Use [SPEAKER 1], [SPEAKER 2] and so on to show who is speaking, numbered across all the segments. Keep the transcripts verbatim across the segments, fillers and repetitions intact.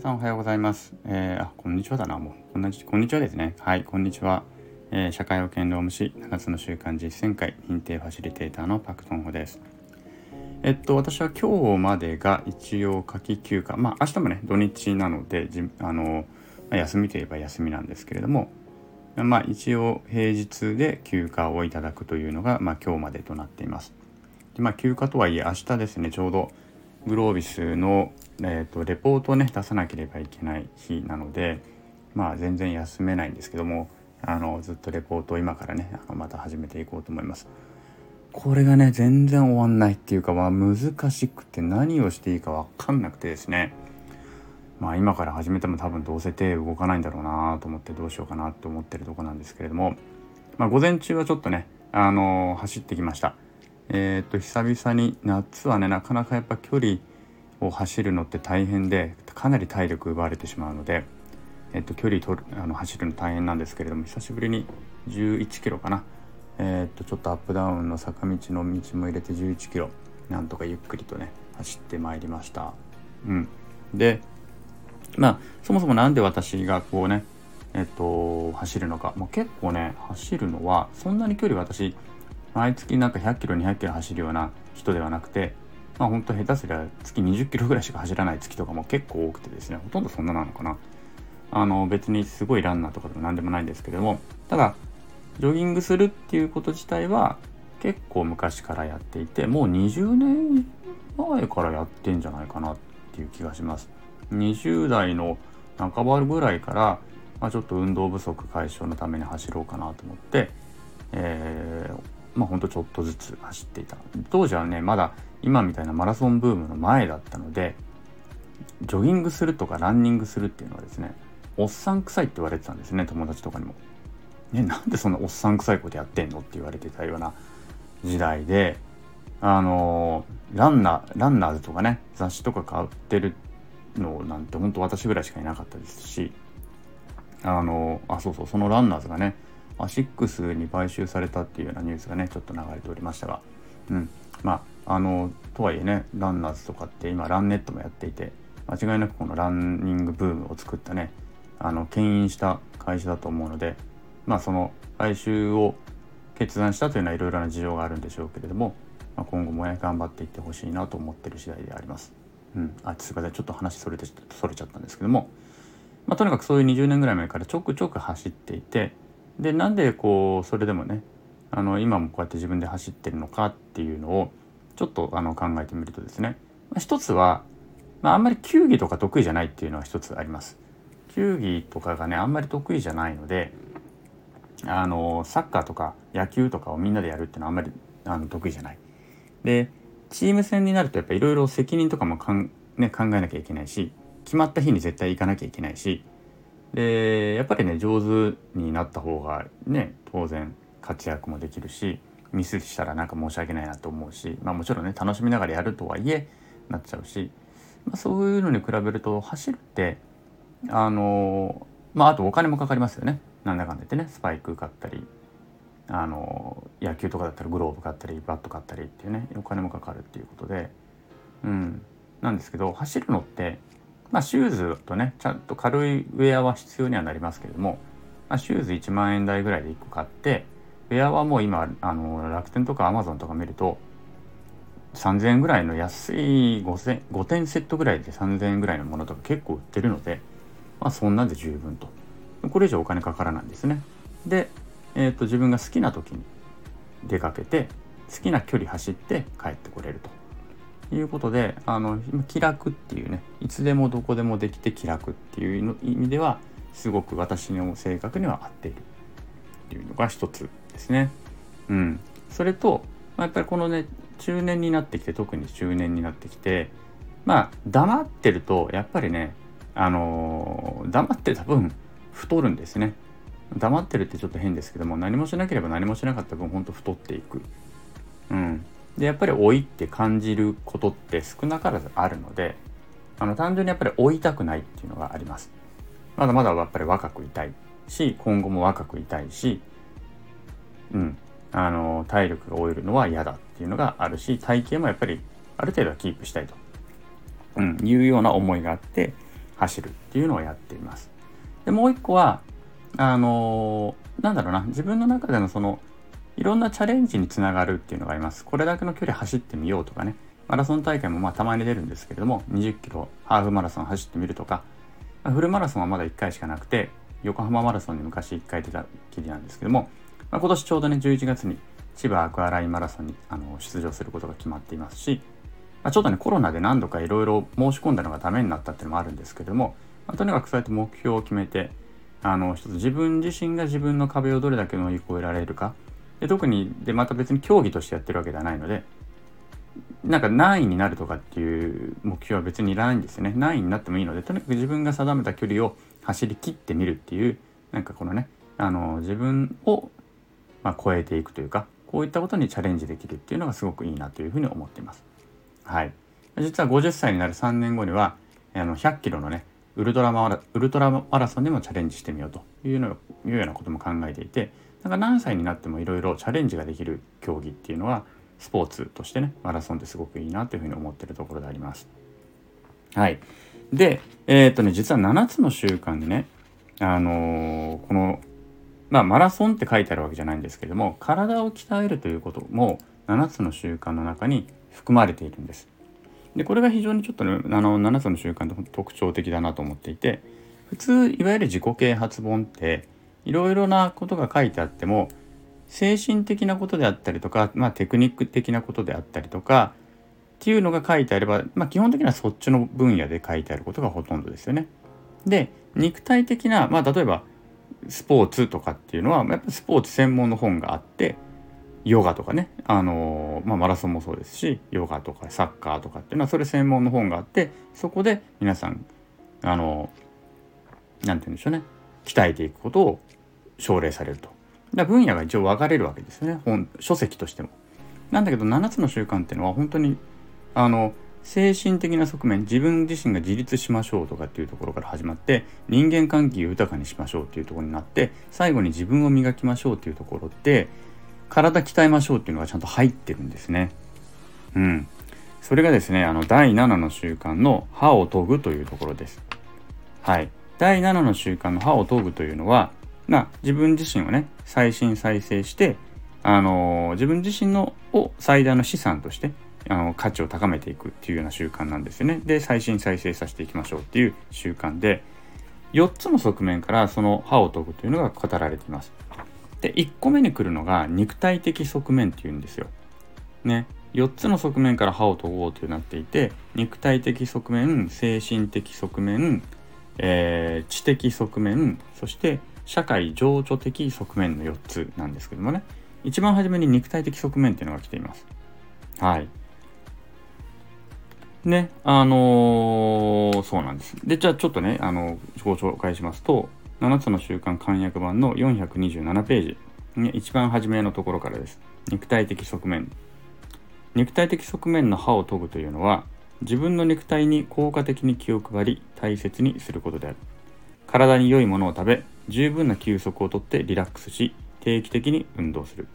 [SPEAKER 1] さんおはようございます。えー、あ、こんにちはだな、もう。こんなこんにちはですね。はい、こんにちは。えー、社会保険労務士ななつの習慣実践会認定ファシリテーターのパクトンホです。えっと、私は今日までが一応夏季休暇。まあ、明日もね、土日なので、じあの、まあ、休みといえば休みなんですけれども、まあ、一応平日で休暇をいただくというのが、まあ、今日までとなっています。でまあ、休暇とはいえ、明日ですね、ちょうどグロービスの、えーと、レポートをね出さなければいけない日なので、まあ全然休めないんですけども、あのずっとレポートを今からねあのまた始めていこうと思います。これがね全然終わんないっていうか、まあ、難しくて何をしていいか分かんなくてですね、まあ今から始めても多分どうせ手動かないんだろうなと思ってどうしようかなと思ってるとこなんですけれども、まあ午前中はちょっとねあの走ってきました。えー、と久々に夏はねなかなかやっぱ距離を走るのって大変でかなり体力奪われてしまうので、えー、と距離取るあの走るの大変なんですけれども、久しぶりにじゅういちキロかな、えー、とちょっとアップダウンの坂道の道も入れてじゅういちキロなんとかゆっくりとね走ってまいりました。うん、でまあそもそもなんで私がこうねえっ、と走るのか、もう結構ね走るのはそんなに距離私毎月なんかひゃっキロにひゃっキロ走るような人ではなくて、まあ本当下手すりゃ月にじゅっキロぐらいしか走らない月とかも結構多くてですね、ほとんどそんななのかな。あの別にすごいランナーとかでも何でもないんですけれども、ただジョギングするっていうこと自体は結構昔からやっていて、もうにじゅうねんまえからやってんじゃないかなっていう気がします。にじゅう代の半ばぐらいから、まあ、ちょっと運動不足解消のために走ろうかなと思って、えーまあほんとちょっとずつ走っていた。当時はねまだ今みたいなマラソンブームの前だったので、ジョギングするとかランニングするっていうのはですね、おっさん臭いって言われてたんですね、友達とかにも。ね、なんでそんなおっさん臭いことやってんのって言われてたような時代で、あのー、ランナーランナーズとかね雑誌とか買ってるのなんて本当私ぐらいしかいなかったですし、あのー、あそうそうそのランナーズがねアシックスに買収されたっていうようなニュースがねちょっと流れておりましたが、うんまああのとはいえねランナーズとかって今ランネットもやっていて、間違いなくこのランニングブームを作ったねあの牽引した会社だと思うので、まあその買収を決断したというのはいろいろな事情があるんでしょうけれども、まあ、今後もね頑張っていってほしいなと思っている次第であります。うん、あすいませんちょっと話それてそれちゃったんですけども、まあ、とにかくそういうにじゅうねんぐらい前からちょくちょく走っていて、でなんでこうそれでもねあの今もこうやって自分で走ってるのかっていうのをちょっとあの考えてみるとですね、まあ、一つは、まあ、あんまり球技とか得意じゃないっていうのは一つあります。球技とかがねあんまり得意じゃないので、あのサッカーとか野球とかをみんなでやるっていうのはあんまりあの得意じゃない。でチーム戦になるとやっぱいろいろ責任とかもかん、ね、考えなきゃいけないし、決まった日に絶対行かなきゃいけないし、でやっぱりね上手になった方がね当然活躍もできるし、ミスしたらなんか申し訳ないなと思うし、まあもちろんね楽しみながらやるとはいえなっちゃうし、まあ、そういうのに比べると走るってあのまああとお金もかかりますよね。なんだかんだ言ってねスパイク買ったり、あの野球とかだったらグローブ買ったりバット買ったりっていうねお金もかかるっていうことで、うんなんですけど、走るのってまあシューズとねちゃんと軽いウェアは必要にはなりますけれども、まあ、シューズいちまんえん台ぐらいでいっこ買って、ウェアはもう今あの楽天とかアマゾンとか見るとさんぜんえんぐらいの安いごてんセットぐらいでさんぜんえんぐらいのものとか結構売ってるので、まあそんなんで十分と、これ以上お金かからないんですね。で、えーと、自分が好きな時に出かけて好きな距離走って帰ってこれるということで、あの気楽っていうね、いつでもどこでもできて気楽っていうの意味ではすごく私の性格には合っているっていうのが一つですね。うん、それと、まあ、やっぱりこのね中年になってきて、特に中年になってきて、まあ黙ってるとやっぱりねあのー、黙ってた分太るんですね。黙ってるってちょっと変ですけども、何もしなければ何もしなかった分ほんと太っていく。うん。でやっぱり老いって感じることって少なからずあるので、あの単純にやっぱり老いたくないっていうのがあります。まだまだやっぱり若くいたいし、今後も若くいたいし、うん、あの体力が老いるのは嫌だっていうのがあるし、体型もやっぱりある程度はキープしたいと、うん、いうような思いがあって走るっていうのをやっています。でもう一個はあのー、なんだろうな自分の中でのそのいろんなチャレンジにつながるっていうのがあります。これだけの距離走ってみようとかね、マラソン大会もまあたまに出るんですけれども、にじゅっキロハーフマラソン走ってみるとか、フルマラソンはまだいっかいしかなくて、横浜マラソンに昔いっかい出たきりなんですけども、まあ、今年ちょうどねじゅういちがつに千葉アクアラインマラソンにあの出場することが決まっていますし、まあ、ちょっとねコロナで何度かいろいろ申し込んだのがダメになったっていうのもあるんですけども、まあ、とにかくそうやって目標を決めて、あの一つ自分自身が自分の壁をどれだけ乗り越えられるかで、特にでまた別に競技としてやってるわけではないので、なんか何位になるとかっていう目標は別にいらないんですよね。何位になってもいいので、とにかく自分が定めた距離を走り切ってみるっていう、なんかこのねあの自分を、まあ、超えていくというか、こういったことにチャレンジできるっていうのがすごくいいなというふうに思っています。はい。実はごじゅっさいになるさんねんごにはあのひゃっキロのねウルトラマラウルトラマラソンでもチャレンジしてみようというのいうようなことも考えていて、なんか何歳になってもいろいろチャレンジができる競技っていうのはスポーツとしてねマラソンってすごくいいなというふうに思っているところであります。はい。で、えー、っとね実はななつの習慣でね、あのー、このまあマラソンって書いてあるわけじゃないんですけども、体を鍛えるということもななつの習慣の中に含まれているんです。でこれが非常にちょっとねあのななつの習慣と特徴的だなと思っていて、普通いわゆる自己啓発本っていろいろなことが書いてあっても、精神的なことであったりとか、まあ、テクニック的なことであったりとかっていうのが書いてあれば、まあ、基本的にはそっちの分野で書いてあることがほとんどですよね。で肉体的な、まあ、例えばスポーツとかっていうのはやっぱスポーツ専門の本があって、ヨガとかね、あのーまあ、マラソンもそうですし、ヨガとかサッカーとかっていうのはそれ専門の本があって、そこで皆さんあのー、なんて言うんでしょうね、鍛えていくことを奨励されると。だから分野が一応分かれるわけですよね、本書籍としても。なんだけどななつの習慣っていうのは本当にあの精神的な側面、自分自身が自立しましょうとかっていうところから始まって、人間関係を豊かにしましょうっていうところになって、最後に自分を磨きましょうっていうところって体鍛えましょうっていうのがちゃんと入ってるんですね。うん。それがですね、あのだいななの習慣の歯を研ぐというところです。はい。だいななの習慣の歯を研ぐというのは、まあ自分自身をね、再審再生して、あのー、自分自身のを最大の資産としてあの価値を高めていくっていうような習慣なんですよね。で、再審再生させていきましょうっていう習慣で、よっつの側面からその歯を研ぐというのが語られています。でいっこめに来るのが肉体的側面っていうんですよ。ね、よっつの側面から歯を研ごうとなっていて、肉体的側面、精神的側面、えー、知的側面、そして社会情緒的側面のよっつなんですけどもね、一番初めに肉体的側面っていうのが来ています。はい。ね、あのー、そうなんです。で、じゃあちょっとね、あのご紹介しますと、ななつの習慣簡約版のよんひゃくにじゅうななページ、ね、一番初めのところからです。肉体的側面。肉体的側面の歯を研ぐというのは、自分の肉体に効果的に気を配り、大切にすることである。体に良いものを食べ、十分な休息をとってリラックスし、定期的に運動する。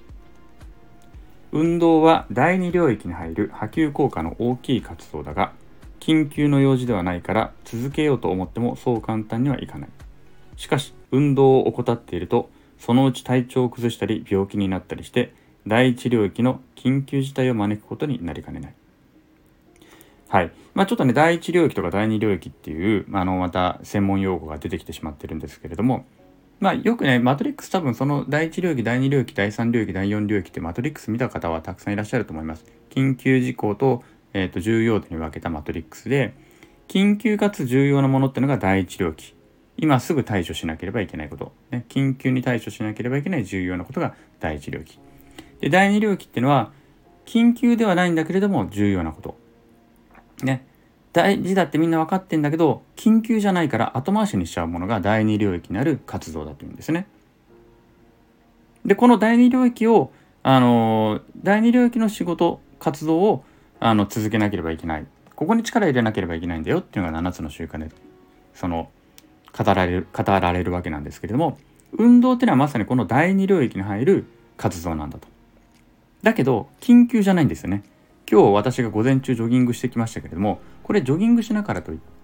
[SPEAKER 1] 運動は第二領域に入る波及効果の大きい活動だが、緊急の用事ではないから続けようと思ってもそう簡単にはいかない。しかし、運動を怠っていると、そのうち体調を崩したり病気になったりして、第一領域の緊急事態を招くことになりかねない。はい。まあちょっとね、第一領域とか第二領域っていう、あの、また専門用語が出てきてしまってるんですけれども、まあよくね、マトリックス多分その第一領域、第二領域、第三領域、第四領域ってマトリックス見た方はたくさんいらっしゃると思います。緊急事項と、えーと、重要度に分けたマトリックスで、緊急かつ重要なものっていうのが第一領域。今すぐ対処しなければいけないこと、ね、緊急に対処しなければいけない重要なことが第一領域で、第二領域っていうのは緊急ではないんだけれども重要なことね、大事だってみんな分かってんだけど緊急じゃないから後回しにしちゃうものが第二領域になる活動だというんですね。でこの第二領域をあの第二領域の仕事活動をあの続けなければいけない、ここに力入れなければいけないんだよっていうのがななつの習慣でその語られる語られるわけなんですけれども、運動っていうのはまさにこの第二領域に入る活動なんだと。だけど緊急じゃないんですよね。今日私が午前中ジョギングしてきましたけれども、これジョギングしながらとい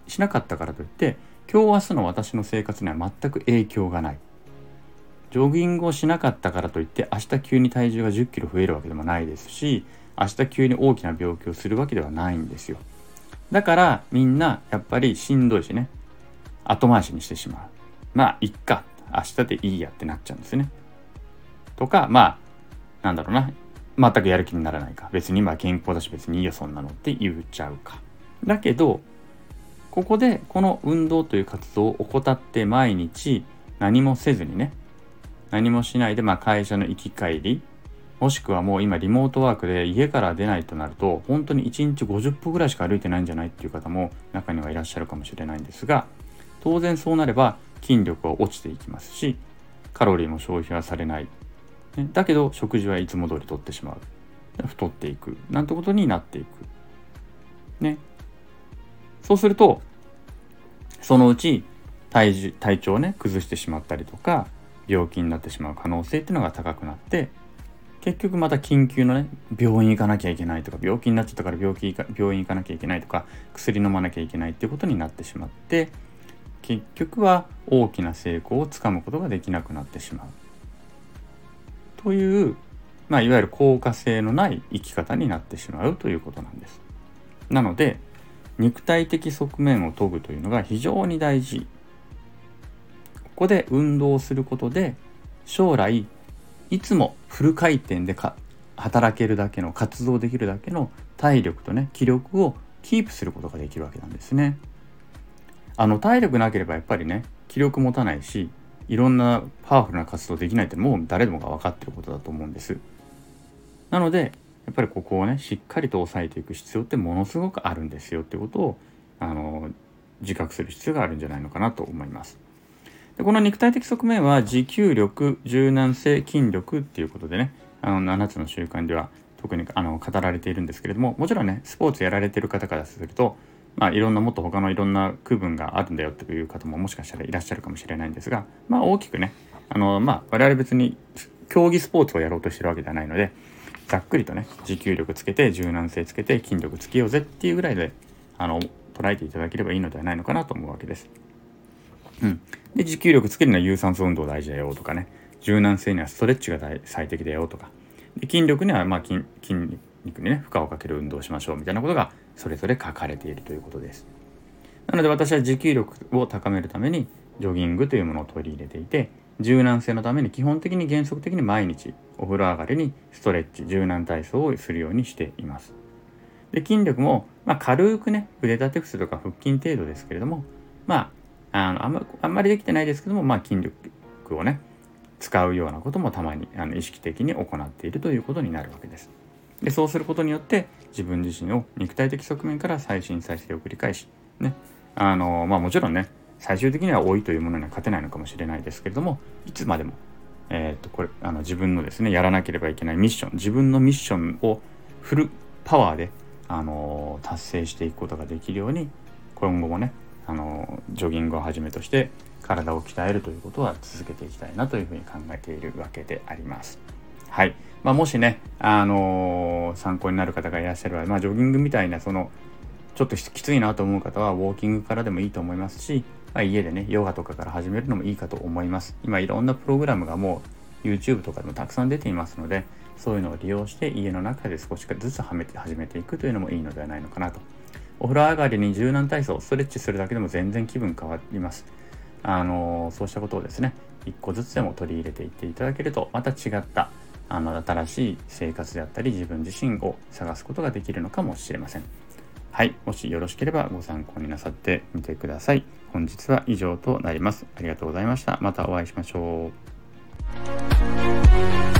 [SPEAKER 1] しなかったからといって今日明日の私の生活には全く影響がない。ジョギングをしなかったからといって明日急に体重がじゅっキロ増えるわけでもないですし、明日急に大きな病気をするわけではないんですよ。だからみんなやっぱりしんどいしね、後回しにしてしまう。まあいっか、明日でいいやってなっちゃうんですね。とか、まあなんだろうな、全くやる気にならないか、別に今健康だし別にいいよそんなのって言っちゃうか。だけどここでこの運動という活動を怠って毎日何もせずにね、何もしないで、まあ会社の行き帰り、もしくはもう今リモートワークで家から出ないとなると本当にいちにちごじゅっぷんぐらいしか歩いてないんじゃないっていう方も中にはいらっしゃるかもしれないんですが、当然そうなれば筋力は落ちていきますし、カロリーも消費はされない、ね、だけど食事はいつも通りとってしまう、太っていくなんてことになっていくね。そうするとそのうち体重体調をね崩してしまったりとか病気になってしまう可能性っていうのが高くなって、結局また緊急のね病院行かなきゃいけないとか、病気になっちゃったから病気病院行かなきゃいけないとか、薬飲まなきゃいけないっていうことになってしまって、結局は大きな成功をつかむことができなくなってしまうという、まあ、いわゆる効果性のない生き方になってしまうということなんです。なので肉体的側面を研ぐというのが非常に大事。ここで運動することで将来いつもフル回転でか働けるだけの、活動できるだけの体力とね気力をキープすることができるわけなんですね。あの体力なければやっぱりね気力持たないし、いろんなパワフルな活動できないってもう誰でもが分かっていることだと思うんです。なのでやっぱりここをねしっかりと抑えていく必要ってものすごくあるんですよってことをあの自覚する必要があるんじゃないのかなと思います。でこの肉体的側面は持久力、柔軟性、筋力っていうことでね、あのななつの習慣では特にあの語られているんですけれども、もちろんねスポーツやられている方からすると、まあ、いろんなもっと他のいろんな区分があるんだよという方ももしかしたらいらっしゃるかもしれないんですが、まあ大きくねあの、まあ、我々別に競技スポーツをやろうとしてるわけではないので、ざっくりとね持久力つけて柔軟性つけて筋力つけようぜっていうぐらいであの捉えていただければいいのではないのかなと思うわけです。うん、で持久力つけるのは有酸素運動大事だよとかね、柔軟性にはストレッチが最適だよとか、で筋力にはまあ 筋, 筋肉にね負荷をかける運動をしましょうみたいなことがそれぞれ書かれているということです。なので私は持久力を高めるためにジョギングというものを取り入れていて、柔軟性のために基本的に原則的に毎日お風呂上がりにストレッチ、柔軟体操をするようにしています。で筋力も、まあ、軽くね腕立て伏せとか腹筋程度ですけれども、まああのあんま、あんまりできてないですけども、まあ、筋力をね使うようなこともたまにあの意識的に行っているということになるわけです。でそうすることによって自分自身を肉体的側面から再審再生を繰り返しね、あのまあもちろんね最終的には老いというものには勝てないのかもしれないですけれども、いつまでも、えー、とこれあの自分のですねやらなければいけないミッション、自分のミッションをフルパワーで、あの達成していくことができるように、今後もねあのジョギングをはじめとして体を鍛えるということは続けていきたいなというふうに考えているわけであります。はい、まあ、もしね、あのー、参考になる方がいらっしゃる場合、まあ、ジョギングみたいなそのちょっときついなと思う方はウォーキングからでもいいと思いますし、まあ、家でねヨガとかから始めるのもいいかと思います。今いろんなプログラムがもう YouTube とかでもたくさん出ていますので、そういうのを利用して家の中で少しずつはめて始めていくというのもいいのではないのかなと。お風呂上がりに柔軟体操、ストレッチするだけでも全然気分変わります。あのー、そうしたことをですね一個ずつでも取り入れていっていただけると、また違ったあの新しい生活であったり自分自身を探すことができるのかもしれません。はい、もしよろしければご参考になさってみてください。本日は以上となります。ありがとうございました。またお会いしましょう。